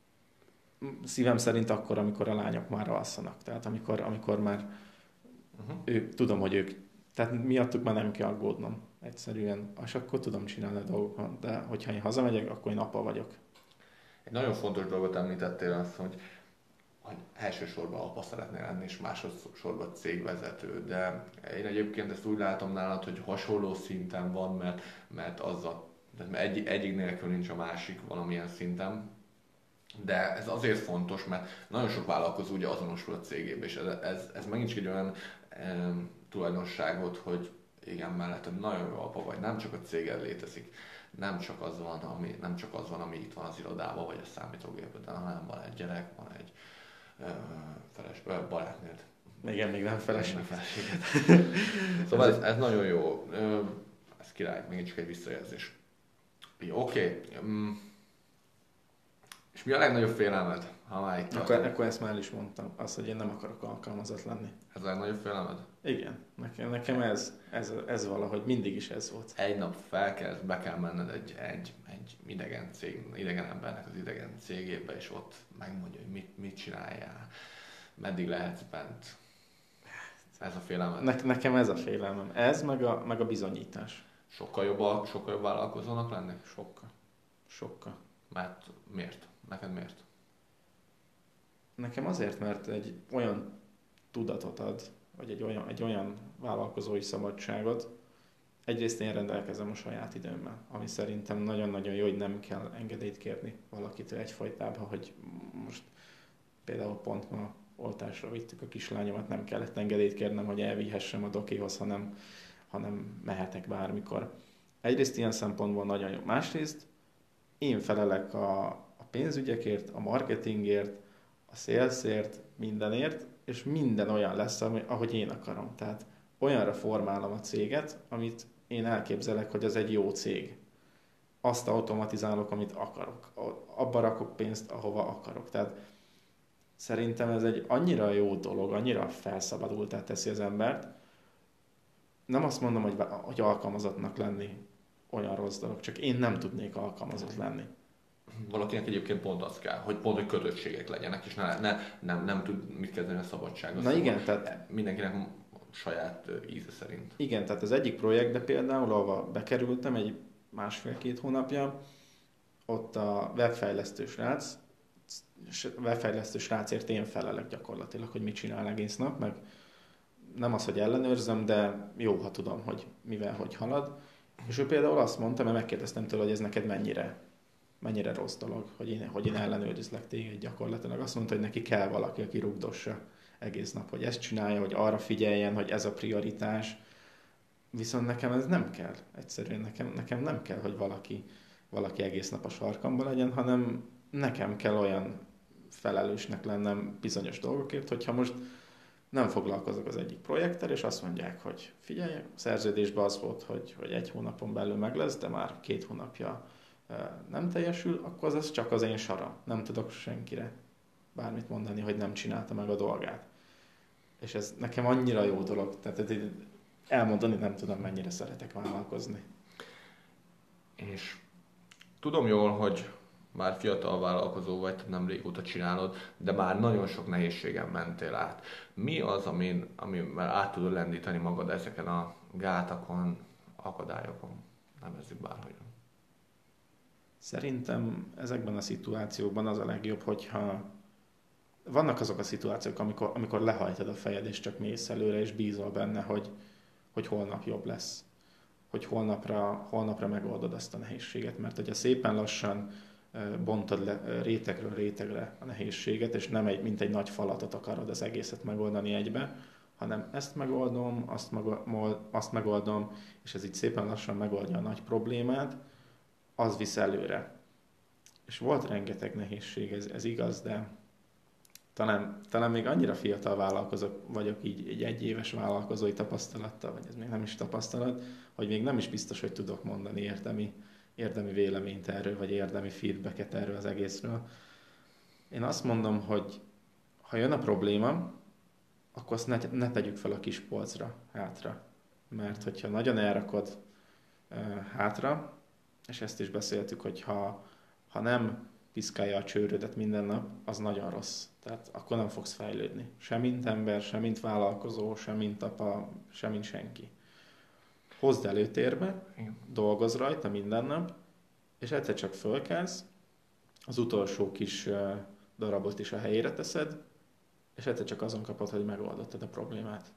szívem szerint akkor, amikor a lányok már alszanak. Tehát amikor, amikor már uh-huh. ők, tudom, hogy ők, tehát miattuk már nem kell aggódnom egyszerűen, és akkor tudom csinálni a dolgokat, de hogyha én hazamegyek, akkor én apa vagyok. Egy nagyon fontos dolgot említettél azt, hogy, hogy elsősorban apa szeretnél lenni, és másodszorban cégvezető, de én egyébként ezt úgy látom nálad, hogy hasonló szinten van, mert, mert azzal, mert egy, egyik nélkül nincs a másik valamilyen szinten. De ez azért fontos, mert nagyon sok vállalkozó ugye azonosul a cégébe, és ez, ez, ez megint csak egy olyan e, tulajdonságot, hogy igen, mellett nagyon jó apa vagy, nem csak a céged létezik, nem csak az van, ami, nem csak az van, ami itt van az irodában, vagy a számítógépeden, hanem van egy gyerek, van egy e, feles, e, barátnőd. Igen, még nem feleség. Szóval ez, ez nagyon jó. Ez király, megint csak egy visszajelzés. Jó, oké. Okay. És mi a legnagyobb félelmed, ha már itt akkor, akkor ezt már el is mondtam, az, hogy én nem akarok alkalmazott lenni. Ez a legnagyobb félelmed? Igen, nekem, nekem ez, ez, ez valahogy mindig is ez volt. Egy nap felkelsz, be kell menned egy, egy, egy idegen cég, idegen embernek az idegen cégébe, és ott megmondja, hogy mit, mit csináljál, meddig lehetsz bent. Ez a félelmed? Ne, nekem ez a félelmem. Ez meg a, meg a bizonyítás. Sokkal jobb, sokkal jobb vállalkozónak lenni? Sokkal. Sokkal. Mert miért? Neked miért? Nekem azért, mert egy olyan tudatot ad, vagy egy olyan, egy olyan vállalkozói szabadságot. Egyrészt én rendelkezem a saját időmmel, ami szerintem nagyon-nagyon jó, hogy nem kell engedélyt kérni valakitől egyfajtában, hogy most például pont ma oltásra vittük a kislányomat, nem kellett engedélyt kérnem, hogy elvihessem a dokihoz, hanem, hanem mehetek bármikor. Egyrészt ilyen szempontból nagyon jó. Másrészt én felelek a, a pénzügyekért, a marketingért, a salesért, mindenért, és minden olyan lesz, ami, ahogy én akarom. Tehát olyanra formálom a céget, amit én elképzelek, hogy az egy jó cég. Azt automatizálok, amit akarok. Abba rakok pénzt, ahova akarok. Tehát szerintem ez egy annyira jó dolog, annyira felszabadultá teszi az embert. Nem azt mondom, hogy, hogy alkalmazottnak lenni olyan rossz dolog, csak én nem tudnék alkalmazott lenni. Valakinek egyébként pont az kell, hogy pont, hogy kötöttségek legyenek, és ne, ne, nem, nem tud mit kezdeni a szabadsággal. Na szóval igen, tehát mindenkinek saját íze szerint. Igen, tehát az egyik projektbe például, ahova bekerültem egy másfél-két hónapja, ott a webfejlesztő srác, webfejlesztő srácért én felelek gyakorlatilag, hogy mit csinál egész nap, meg nem az, hogy ellenőrzöm, de jó, ha tudom, hogy mivel, hogy halad. És ő például azt mondta, mert megkérdeztem tőle, hogy ez neked mennyire, mennyire rossz dolog, hogy én, hogy én ellenőrizlek téged gyakorlatilag. Azt mondta, hogy neki kell valaki, aki rugdossa egész nap, hogy ezt csinálja, hogy arra figyeljen, hogy ez a prioritás. Viszont nekem ez nem kell. Egyszerűen nekem, nekem nem kell, hogy valaki, valaki egész nap a sarkamban legyen, hanem nekem kell olyan felelősnek lennem bizonyos dolgokért, hogyha most nem foglalkozok az egyik projekttel, és azt mondják, hogy figyelj, a szerződésben az volt, hogy, hogy egy hónapon belül meg lesz, de már két hónapja nem teljesül, akkor az csak az én saram. Nem tudok senkire bármit mondani, hogy nem csinálta meg a dolgát. És ez nekem annyira jó dolog, tehát elmondani nem tudom, mennyire szeretek vállalkozni. És tudom jól, hogy már fiatal vállalkozó vagy, tehát nem régóta csinálod, de már nagyon sok nehézségen mentél át. Mi az, amin, amivel át tudod lendíteni magad ezeken a gátakon, akadályokon? Nevezzük bárhogyan. Szerintem ezekben a szituációkban az a legjobb, hogyha vannak azok a szituációk, amikor, amikor lehajtod a fejed, és csak mész előre, és bízol benne, hogy, hogy holnap jobb lesz. Hogy holnapra, holnapra megoldod azt a nehézséget. Mert hogyha szépen lassan bontod le rétegről rétegre a nehézséget, és nem egy, mint egy nagy falatot akarod az egészet megoldani egybe, hanem ezt megoldom, azt, meg, azt megoldom, és ez így szépen lassan megoldja a nagy problémát, az visz előre. És volt rengeteg nehézség, ez, ez igaz, de talán, talán még annyira fiatal vállalkozó vagyok, így egy egyéves vállalkozói tapasztalattal, vagy ez még nem is tapasztalat, hogy még nem is biztos, hogy tudok mondani érdemi, érdemi véleményt erről, vagy érdemi feedbacket erről az egészről. Én azt mondom, hogy ha jön a probléma, akkor azt ne, ne tegyük fel a kis polcra, hátra. Mert hogyha nagyon elrakod uh, hátra, és ezt is beszéltük, hogy ha, ha nem piszkálja a csőrödet minden nap, az nagyon rossz. Tehát akkor nem fogsz fejlődni. Se mint ember, se mint vállalkozó, se mint apa, se mint senki. Hozd előtérbe, dolgozz rajta minden nap, és egyszer csak fölkelsz, az utolsó kis uh, darabot is a helyére teszed, és egyszer csak azon kapod, hogy megoldottad a problémát.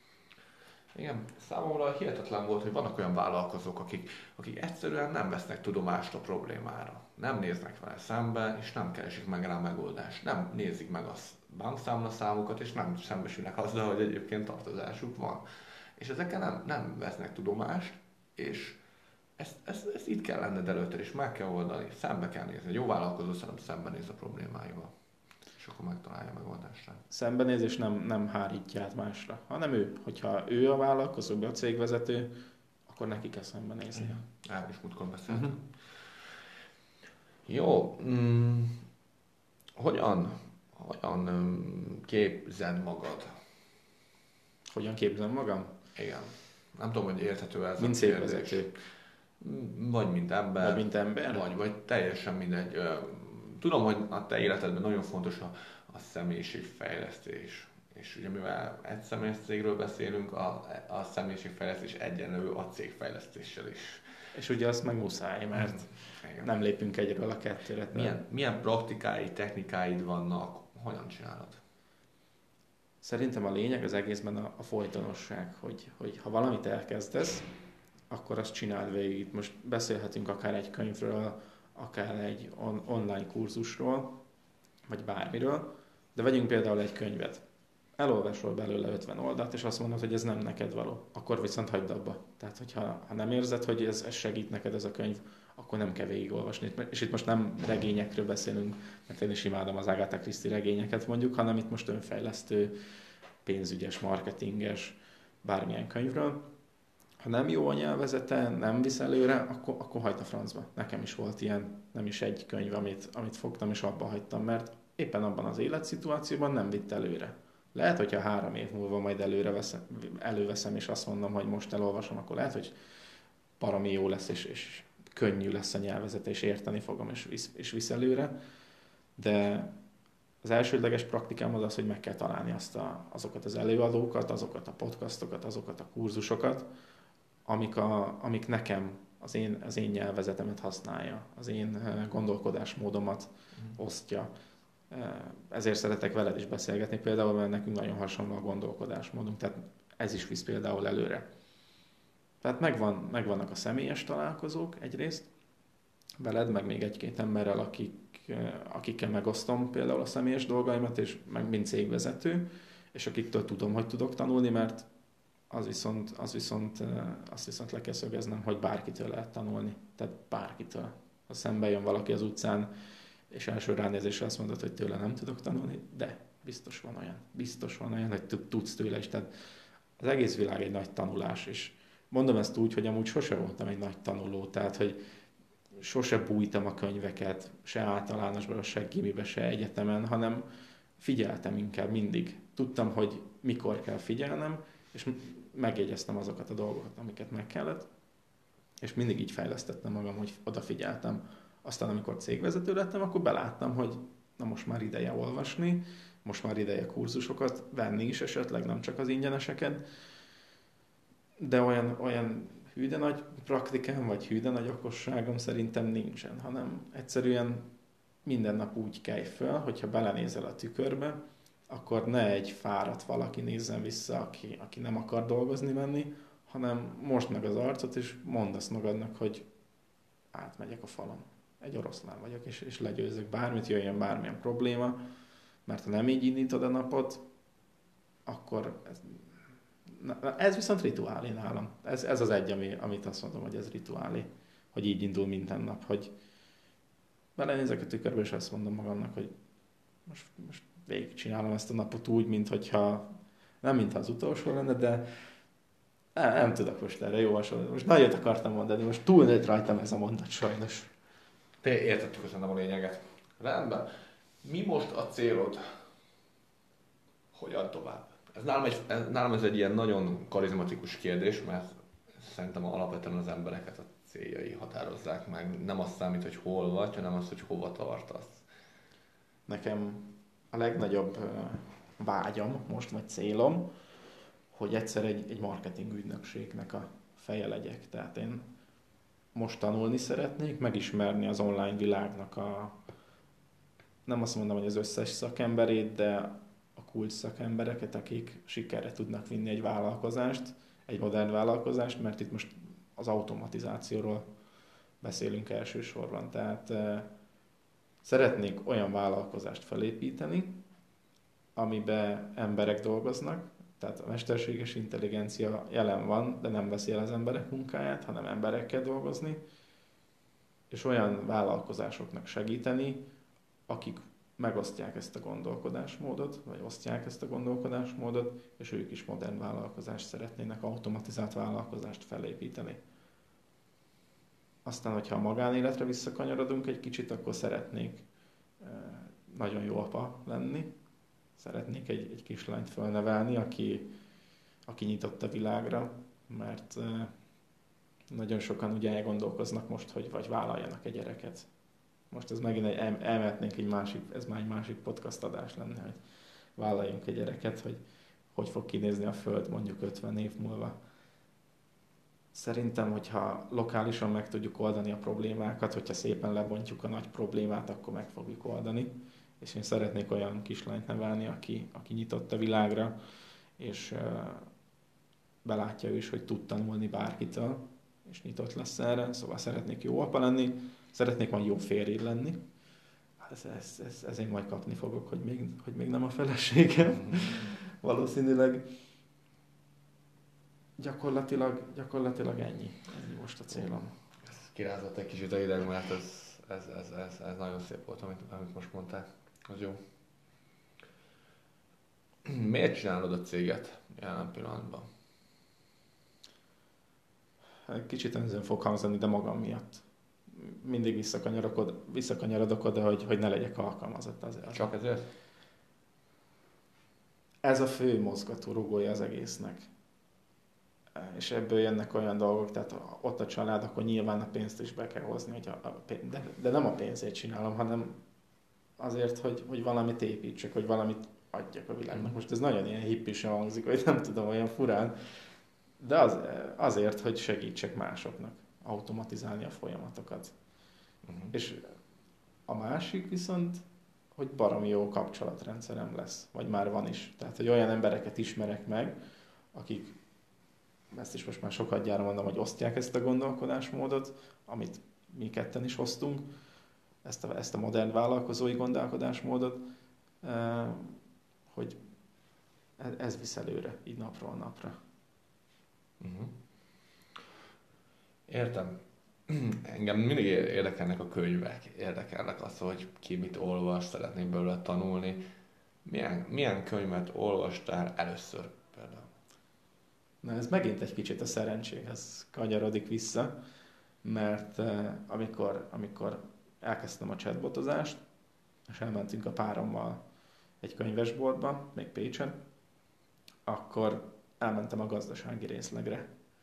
Igen, számomra hihetetlen volt, hogy vannak olyan vállalkozók, akik, akik egyszerűen nem vesznek tudomást a problémára. Nem néznek vele szembe, és nem keresik meg rá megoldást. Nem nézik meg a bankszámlaszámukat, és nem szembesülnek azzal, hogy egyébként tartozásuk van. És ezekkel nem, nem vesznek tudomást, és ezt, ezt, ezt itt kell lenned előtte, és meg kell oldani, szembe kell nézni. Egy jó vállalkozó szerintem szembenéz a problémáival, és akkor megtalálja a megoldást. Szembenéz, és nem, nem hárítja át másra, hanem ő. Hogyha ő a vállalkozó, a cégvezető, akkor neki kell szembenézni. Erről is múltkor beszéltünk. Uh-huh. Jó. Mm, hogyan, hogyan képzed magad? Hogyan képzem magam? Igen. Nem tudom, hogy érthető ez mint a cégvezető. Vagy mint ember. Vagy mint ember? Vagy, vagy teljesen mindegy. Tudom, hogy a te életedben nagyon fontos a, a személyiségfejlesztés. És ugye mivel egy személyes cégről beszélünk, a, a személyiségfejlesztés egyenlő a cégfejlesztéssel is. És ugye azt meg muszáj, mert mm, nem lépünk egyről a kettőre. Milyen, milyen praktikáid, technikáid vannak? Hogyan csinálod? Szerintem a lényeg az egészben a, a folytonosság, hogy, hogy ha valamit elkezdesz, akkor azt csináld végig. Most beszélhetünk akár egy könyvről, akár egy on- online kurzusról, vagy bármiről, de vegyünk például egy könyvet. Elolvasol belőle ötven oldalt, és azt mondod, hogy ez nem neked való. Akkor viszont hagyd abba. Tehát, hogyha ha nem érzed, hogy ez, ez segít neked ez a könyv, akkor nem kell végigolvasni. És itt most nem regényekről beszélünk, mert én is imádom az Agatha Christie regényeket mondjuk, hanem itt most önfejlesztő, pénzügyes, marketinges, bármilyen könyvről. Ha nem jó a nyelvezete, nem visz előre, akkor, akkor hagyd a francba. Nekem is volt ilyen, nem is egy könyv, amit, amit fogtam és abba hagytam, mert éppen abban az életszituációban nem vitt előre. Lehet, hogyha három év múlva majd előre veszem, előveszem, és azt mondom, hogy most elolvasom, akkor lehet, hogy baromi jó lesz, és, és könnyű lesz a nyelvezete, és érteni fogom, és visz, és visz előre. De az elsődleges praktikám az az, hogy meg kell találni azt a, azokat az előadókat, azokat a podcastokat, azokat a kurzusokat, amik, a, amik nekem az én, az én nyelvezetemet használja, az én gondolkodásmódomat mm. osztja. Ezért szeretek veled is beszélgetni például, mert nekünk nagyon hasonló a gondolkodásmódunk, tehát ez is visz például előre. Tehát megvan, megvannak a személyes találkozók egyrészt, veled, meg még egy-két emberrel, akik, akikkel megosztom például a személyes dolgaimat, és meg mint cégvezető, és akiktől tudom, hogy tudok tanulni, mert az viszont, az viszont, azt viszont le kell szögeznem, hogy bárkitől lehet tanulni. Tehát bárkitől. Ha szembe jön valaki az utcán, és első ránézésre azt mondod, hogy tőle nem tudok tanulni, de biztos van olyan. Biztos van olyan, hogy tudsz tőle is. Tehát az egész világ egy nagy tanulás, és mondom ezt úgy, hogy amúgy sose voltam egy nagy tanuló, tehát hogy sose bújtam a könyveket, se általánosban, se gimibe, se egyetemen, hanem figyeltem inkább mindig. Tudtam, hogy mikor kell figyelnem, és megjegyeztem azokat a dolgokat, amiket meg kellett, és mindig így fejlesztettem magam, hogy odafigyeltem Aztán amikor cégvezető lettem, akkor beláttam, hogy na most már ideje olvasni, most már ideje kurzusokat venni is esetleg, nem csak az ingyeneseket, de olyan, olyan hű de nagy praktikám, vagy hű de nagy okosságom szerintem nincsen, hanem egyszerűen minden nap úgy kelj föl, hogyha belenézel a tükörbe, akkor ne egy fáradt valaki nézzen vissza, aki, aki nem akar dolgozni menni, hanem most meg az arcot, és mondd azt magadnak, hogy átmegyek a falon. Egy oroszlán vagyok, és, és legyőzök bármit, jöjjön bármilyen probléma, mert ha nem így indítod a napot, akkor ez, na, ez viszont rituálé nálam. Ez, ez az egy, ami, amit azt mondom, hogy ez rituálé, hogy így indul minden nap, hogy belenézek a tükörbe, és azt mondom magamnak, hogy most, most végigcsinálom ezt a napot úgy, mintha nem mintha az utolsó lenne, de nem, nem tudok most erre jó hasonlítani. Most nagyot akartam mondani, most túlnőtt rajtam ez a mondat sajnos. Te értettük szerintem a lényeget. Rendben. Mi most a célod? Hogyan tovább? Ez nálam, egy, ez, nálam ez egy ilyen nagyon karizmatikus kérdés, mert szerintem alapvetően az embereket a céljai határozzák meg. Nem az számít, hogy hol vagy, hanem az, hogy hova tartasz. Nekem a legnagyobb vágyam most, vagy célom, hogy egyszer egy, egy marketing ügynökségnek a feje legyek. Tehát én most tanulni szeretnék, megismerni az online világnak a, nem azt mondom, hogy az összes szakemberét, de a kulcs szakembereket, akik sikerre tudnak vinni egy vállalkozást, egy modern vállalkozást, mert itt most az automatizációról beszélünk elsősorban. Tehát e, szeretnék olyan vállalkozást felépíteni, amiben emberek dolgoznak, tehát a mesterséges intelligencia jelen van, de nem veszi el az emberek munkáját, hanem emberekkel dolgozni, és olyan vállalkozásoknak segíteni, akik megosztják ezt a gondolkodásmódot, vagy osztják ezt a gondolkodásmódot, és ők is modern vállalkozást szeretnének, automatizált vállalkozást felépíteni. Aztán, hogyha a magánéletre visszakanyarodunk egy kicsit, akkor szeretnék nagyon jó apa lenni, szeretnék egy, egy kislányt fölnevelni, aki, aki nyitott a világra, mert nagyon sokan ugye elgondolkoznak most, hogy vagy vállaljanak egy gyereket. Most ez megint egy, el, elmehetnénk egy másik, ez már egy másik podcast adás lenne, hogy vállaljunk egy gyereket, hogy hogy fog kinézni a Föld mondjuk ötven év múlva. Szerintem, hogyha lokálisan meg tudjuk oldani a problémákat, hogyha szépen lebontjuk a nagy problémát, akkor meg fogjuk oldani. És én szeretnék olyan kislányt nevelni, aki, aki nyitott a világra, és uh, belátja ő is, hogy tud tanulni bárkitől, és nyitott lesz erre. Szóval szeretnék jó apa lenni, szeretnék majd jó férj lenni. Ez, ez, ez, ezért majd kapni fogok, hogy még, hogy még nem a feleségem. Valószínűleg gyakorlatilag, gyakorlatilag ennyi. Ennyi most a célom. Ez kirázott egy kicsit a ideg, mert ez, ez, ez, ez, ez nagyon szép volt, amit, amit most mondtál. Az jó. Miért csinálod a céget jelen pillanatban? Kicsit önzőn fog hangzani, de magam miatt. Mindig visszakanyarodok, visszakanyarodok oda, hogy, hogy ne legyek alkalmazott. Az, az Csak ezért? Ez a fő mozgató rugója az egésznek. És ebből jönnek olyan dolgok, tehát ott a család, akkor nyilván a pénzt is be kell hozni, hogy a, a pénz, de, de nem a pénzért csinálom, hanem azért, hogy, hogy valamit építsek, hogy valamit adjak a világnak. Most ez nagyon ilyen hippisen hangzik, hogy nem tudom, olyan furán, de az, azért, hogy segítsek másoknak automatizálni a folyamatokat. Uh-huh. És a másik viszont, hogy baromi jó kapcsolatrendszerem lesz, vagy már van is. Tehát, hogy olyan embereket ismerek meg, akik, ezt is most már sokat gyára mondom, hogy osztják ezt a gondolkodásmódot, amit mi ketten is hoztunk, ezt a, ezt a modern vállalkozói gondolkodásmódot, hogy ez visz előre, így napról napra. Uh-huh. Értem. Engem mindig érdekelnek a könyvek, érdekelnek az, hogy ki mit olvas, szeretnék belőle tanulni. Milyen, milyen könyvet olvastál először például? Na ez megint egy kicsit a szerencséhez kanyarodik vissza, mert uh, amikor, amikor elkezdtem a chatbotozást, és elmentünk a párommal egy könyvesboltba, még Pécsen, akkor elmentem a gazdasági részlegre.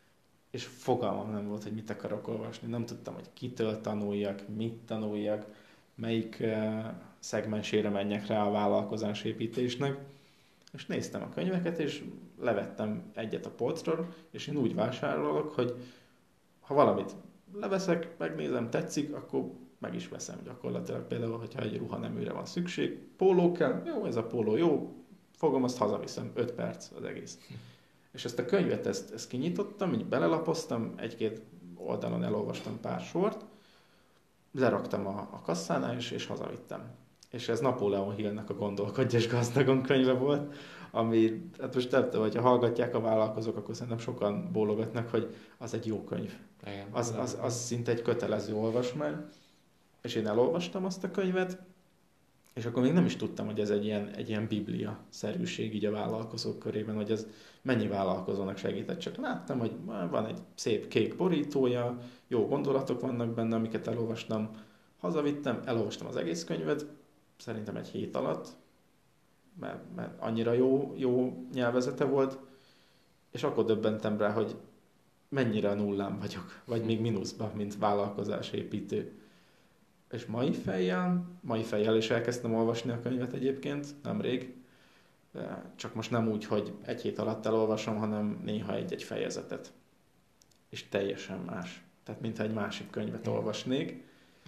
és fogalmam nem volt, hogy mit akarok olvasni. Nem tudtam, hogy kitől tanuljak, mit tanuljak, melyik uh, szegmensére menjek rá a vállalkozásépítésnek. És néztem a könyveket, és levettem egyet a polcról, és én úgy vásárolok, hogy ha valamit leveszek, megnézem, tetszik, akkor meg is veszem gyakorlatilag. Például, hogyha egy ruhaneműre van szükség, póló kell, jó, ez a póló jó, fogom, azt hazaviszem, öt perc az egész. Hm. És ezt a könyvet, ezt, ezt kinyitottam, így belelapoztam, egy-két oldalon elolvastam pár sort, leraktam a, a kasszánál, és, és hazavittem. És ez Napóleon Hillnek a Gondolkodj és gazdagon könyve volt, ami, hát most nem tudom, hogyha hallgatják a vállalkozók, akkor szerintem sokan bólogatnak, hogy az egy jó könyv. Igen, az, az, az szinte egy kötelező olvasmány. És én elolvastam azt a könyvet, és akkor még nem is tudtam, hogy ez egy ilyen, egy ilyen biblia-szerűség így a vállalkozók körében, hogy ez mennyi vállalkozónak segített. Csak láttam, hogy van egy szép kék borítója, jó gondolatok vannak benne, amiket elolvastam. Hazavittem, elolvastam az egész könyvet, szerintem egy hét alatt, mert, mert annyira jó, jó nyelvezete volt, és akkor döbbentem rá, hogy mennyire a nullán vagyok, vagy még mínuszban, mint vállalkozásépítő. És mai fejjel, mai fejjel is elkezdtem olvasni a könyvet egyébként, nemrég. Csak most nem úgy, hogy egy hét alatt elolvasom, hanem néha egy-egy fejezetet. És teljesen más. Tehát mintha egy másik könyvet olvasnék.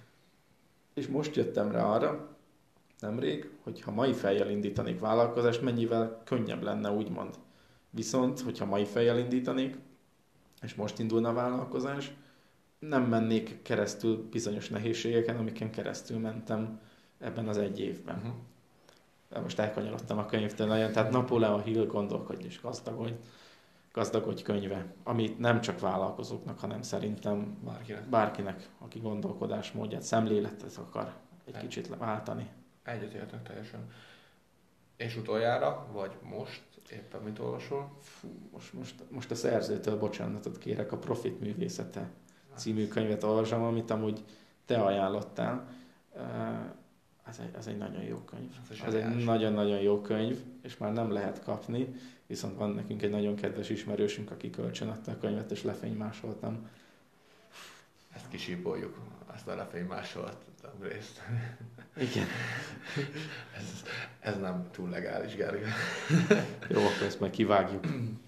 És most jöttem rá arra, nemrég, hogy ha mai fejjel indítanék vállalkozást, mennyivel könnyebb lenne, úgymond. Viszont, hogyha mai fejjel indítanék, és most indulna a vállalkozás, nem mennék keresztül bizonyos nehézségeken, amiken keresztül mentem ebben az egy évben. Uh-huh. Most elkanyarodtam a könyvtől nagyon, tehát Napóleon Hill Gondolkodj és gazdagodj, gazdagodj könyve, amit nem csak vállalkozóknak, hanem szerintem bárkinek, bárkinek aki gondolkodásmódját, szemléletet akar egy egy. kicsit váltani. Egyetértek teljesen. És utoljára, vagy most éppen mit olvasol? Fú, most, most, most a szerzőtől bocsánatot kérek, a Profit művészete című könyvet olvasom, amit amúgy te ajánlottál. Ez egy, ez egy nagyon jó könyv. Ez, ez egy nagyon-nagyon jó könyv, és már nem lehet kapni, viszont van nekünk egy nagyon kedves ismerősünk, aki kölcsönadta a könyvet, és lefénymásoltam. Ezt kisípoljuk, ezt a lefénymásoltam részt. Igen. ez, ez nem túl legális, Gergő. Jó, akkor ezt majd kivágjuk.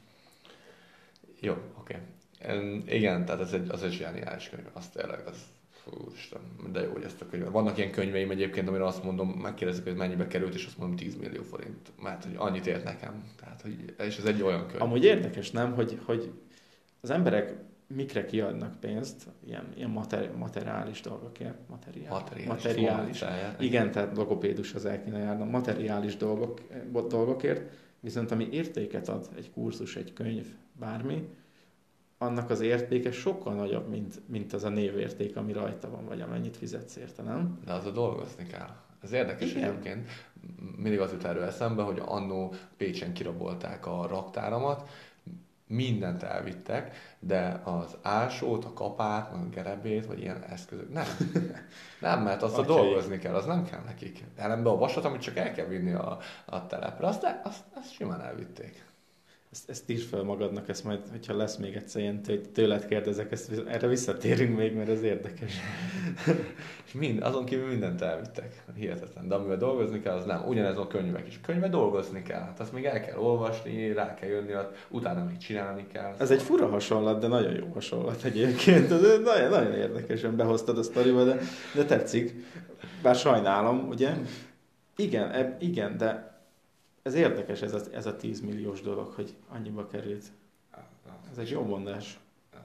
Jó, oké. Okay. Igen, tehát ez egy, az egy zseniális könyv, az tényleg, az, fú, Isten, de jó, hogy ezt a könyvet. Vannak ilyen könyveim egyébként, amire azt mondom, megkérdezik, hogy mennyibe került, és azt mondom tíz millió forint, mert hogy annyit ért nekem. Tehát, hogy, és ez egy olyan könyv. Amúgy érdekes, nem, hogy, hogy az emberek mikre kiadnak pénzt, ilyen, ilyen mater, materiális dolgokért. Materiál, materiális. materiális. Igen, tehát logopédus az el kéne járnom. Materiális dolgok, dolgokért, viszont ami értéket ad egy kurzus, egy könyv, bármi, annak az értéke sokkal nagyobb, mint, mint az a névérték, ami rajta van, vagy amennyit fizetsz érte, nem? De az a dolgozni kell. Ez érdekes Igen. Egyébként. Mindig az jut erről eszembe, hogy annó Pécsen kirabolták a raktáramat, mindent elvittek, de az ásót, a kapát, a gerebét, vagy ilyen eszközök, nem. Nem, mert azt a dolgozni kell, az nem kell nekik. Ellenben a vasat, amit csak el kell vinni a, a telepre, azt, azt, azt simán elvitték. Ezt, ezt írd fel magadnak, ezt majd, hogyha lesz még egyszer ilyen, tőled kérdezek, ezt, erre visszatérünk még, mert ez érdekes. És mind, azon kívül mindent elvittek. Hihetetlen. De amivel dolgozni kell, az nem. Ugyanez a könyvek is. Könyve dolgozni kell. Hát azt még el kell olvasni, rá kell jönni, utána még csinálni kell. Ez szóval egy fura hasonlat, de nagyon jó hasonlat egyébként. Nagyon, nagyon érdekesen behoztad a sztoriba, de, de tetszik. Bár sajnálom, ugye? Igen, e, igen, de ez érdekes, ez a, ez a tíz milliós dolog, hogy annyiba került. Ez egy jó mondás.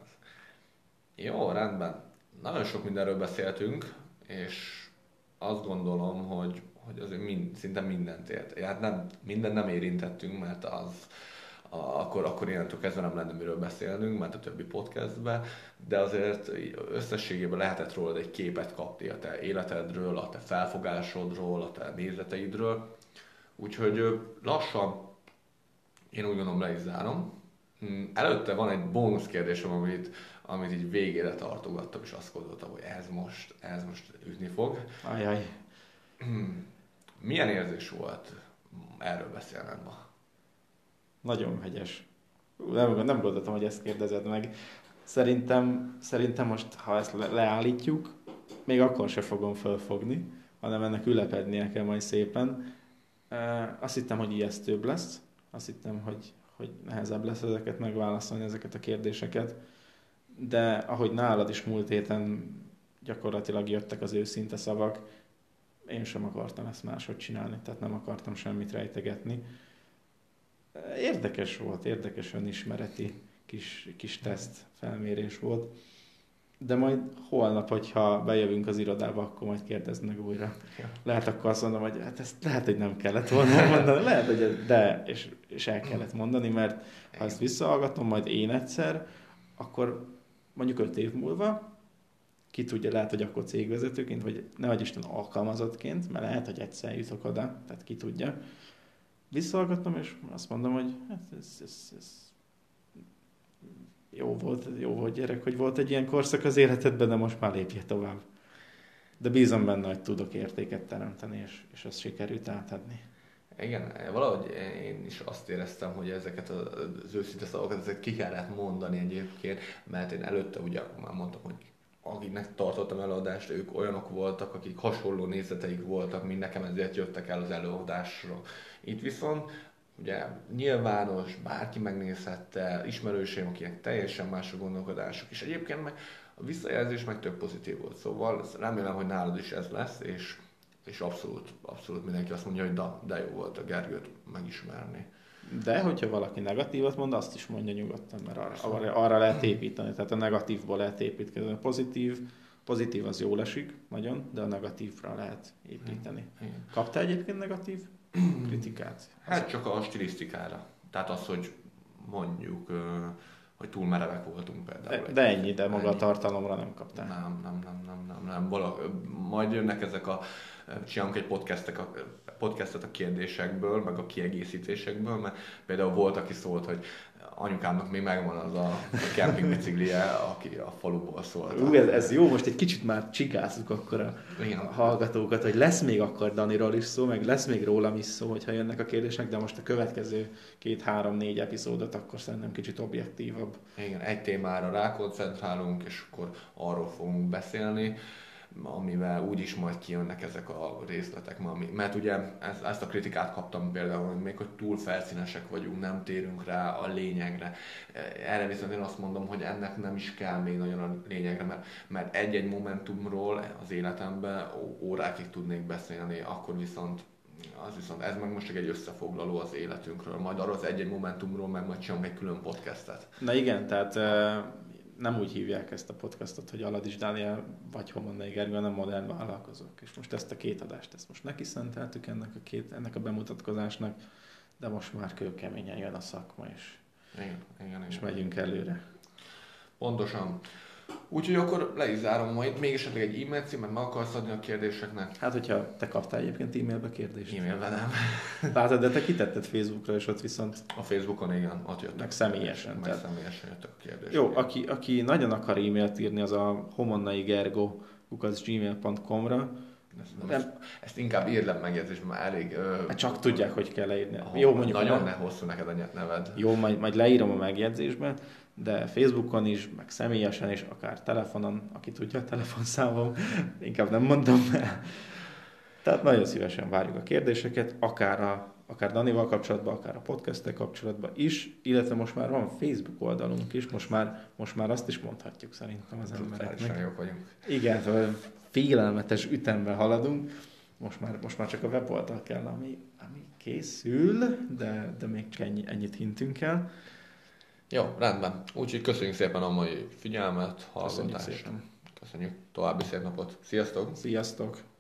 Jó, rendben. Nagyon sok mindenről beszéltünk, és azt gondolom, hogy, hogy azért mind, szinte mindent ért. Hát nem, minden nem érintettünk, mert az a, akkor, akkor innentől kezdve nem lenne miről beszélnünk, mert a többi podcastben, de azért összességében lehetett rólad egy képet kapni a te életedről, a te felfogásodról, a te nézeteidről. Úgyhogy lassan én úgy gondolom le is zárom. Előtte van egy bónusz kérdésem, amit, amit így végére tartogattam, és azt gondoltam, hogy ez most, ez most ütni fog. Ajaj. Milyen érzés volt erről beszélned ma? Nagyon hegyes. Nem, nem gondoltam, hogy ezt kérdezed meg. Szerintem, szerintem most, ha ezt le- leállítjuk, még akkor se fogom fölfogni, hanem ennek ülepednie kell majd szépen. E, azt hittem, hogy ijesztőbb lesz. Azt hittem, hogy, hogy nehezebb lesz ezeket megválaszolni, ezeket a kérdéseket. De ahogy nálad is múlt héten gyakorlatilag jöttek az őszinte szavak, én sem akartam ezt máshogy csinálni, tehát nem akartam semmit rejtegetni. Érdekes volt, érdekes önismereti kis, kis teszt felmérés volt. De majd holnap, hogyha bejövünk az irodába, akkor majd kérdezd meg újra. Lehet akkor azt mondom, hogy hát ezt lehet, hogy nem kellett volna mondani, lehet, hogy de, és, és el kellett mondani, mert ha ezt visszahallgatom majd én egyszer, akkor mondjuk öt év múlva, ki tudja, lehet, hogy akkor cégvezetőként, vagy nehogy Isten alkalmazottként, mert lehet, hogy egyszer jutok oda, tehát ki tudja. Visszahallgatom, és azt mondom, hogy hát ez, ez, ez jó volt, jó volt gyerek, hogy volt egy ilyen korszak az életedben, de most már lépje tovább. De bízom benne, hogy tudok értéket teremteni, és, és azt sikerült átadni. Igen, valahogy én is azt éreztem, hogy ezeket az őszinte szavakat ezeket ki kellett mondani egyébként, mert én előtte ugye már mondtam, hogy akiknek tartottam előadást, ők olyanok voltak, akik hasonló nézeteik voltak, mint nekem, ezért jöttek el az előadásra. Itt viszont ugye nyilvános, bárki megnézhette, ismerőseim, akinek teljesen más a gondolkodásuk, és egyébként meg a visszajelzés meg több pozitív volt, szóval remélem, hogy nálad is ez lesz, és, és abszolút, abszolút mindenki azt mondja, hogy da, de jó volt a Gergőt megismerni. De hogyha valaki negatívat mond, azt is mondja nyugodtan, mert arra, arra, arra lehet építeni, tehát a negatívból lehet építkezni. A pozitív, pozitív az jól esik, nagyon, de a negatívra lehet építeni. Igen. Kaptál egyébként negatív kritikát? Hát csak a stilisztikára. Tehát az, hogy mondjuk, hogy túl merevek voltunk például. De, de ennyi, de maga ennyi. A tartalomra nem kaptál. Nem, nem, nem, nem, nem, nem. Vala, majd jönnek ezek a, csinálunk egy podcastek a, podcastet a kérdésekből, meg a kiegészítésekből, mert például volt, aki szólt, hogy anyukámnak még megvan az a camping biciklije, aki a faluból szólt. Ú, ez, ez jó, most egy kicsit már csigázzuk akkor a Igen. hallgatókat, hogy lesz még akkor Daniról is szó, meg lesz még rólam is szó, hogyha jönnek a kérdések, de most a következő két-három-négy epizódot akkor szerintem kicsit objektívabb. Igen, egy témára rákoncentrálunk, és akkor arról fogunk beszélni, amivel úgyis majd kijönnek ezek a részletek. Mert ugye ezt, ezt a kritikát kaptam például, hogy még hogy túl felszínesek vagyunk, nem térünk rá a lényegre. Erre viszont én azt mondom, hogy ennek nem is kell még nagyon a lényegre, mert, mert egy-egy momentumról az életemben órákig tudnék beszélni, akkor viszont az viszont ez meg most csak egy összefoglaló az életünkről, majd arról az egy-egy momentumról meg majd csinálunk egy külön podcastet. Na igen, tehát nem úgy hívják ezt a podcastot, hogy Aladis Dániel vagy Homonnai Gergő, hanem modern vállalkozók. És most ezt a két adást, ezt most neki szenteltük ennek a, két, ennek a bemutatkozásnak, de most már kőkeményen jön a szakma, és, igen, igen, és igen. megyünk előre. Pontosan. Úgyhogy akkor le is zárom majd. Még esetleg egy e-mail címet meg akarsz adni a kérdéseknek? Hát, hogyha te kaptál egyébként e-mailbe kérdést. E-mailben nem. Látod, de te kitetted Facebookra, és ott viszont... A Facebookon igen, ott jöttek. Meg személyesen. Meg tehát... személyesen jöttek a kérdések. Jó, aki, aki nagyon akar e-mailt írni, az a homonnaigergo kukac gmail pont com-ra. Ezt, ezt, ezt inkább írd le megjegyzésben, már elég... Ö... Hát csak tudják, hogy kell leírni. Aha, jó, mondjuk... Nagyon ne hosszú neked a neved. Jó, majd, majd leírom a megjegyzésben, de Facebookon is, meg személyesen is, akár telefonon, aki tudja a telefonszámom, inkább nem mondom el. Tehát nagyon szívesen várjuk a kérdéseket, akár, a, akár Danival kapcsolatban, akár a podcasttel kapcsolatban is, illetve most már van Facebook oldalunk is, most már, most már azt is mondhatjuk szerintem az embereknek. Jók vagyunk. Igen, félelmetes ütemben haladunk, most már, most már csak a weboldal kell, ami, ami készül, de, de még csak ennyi, ennyit hintünk el. Jó, rendben. Úgyhogy köszönjük szépen a mai figyelmet, hallgatást. Köszönjük szépen. Köszönjük. További szép napot. Sziasztok! Sziasztok!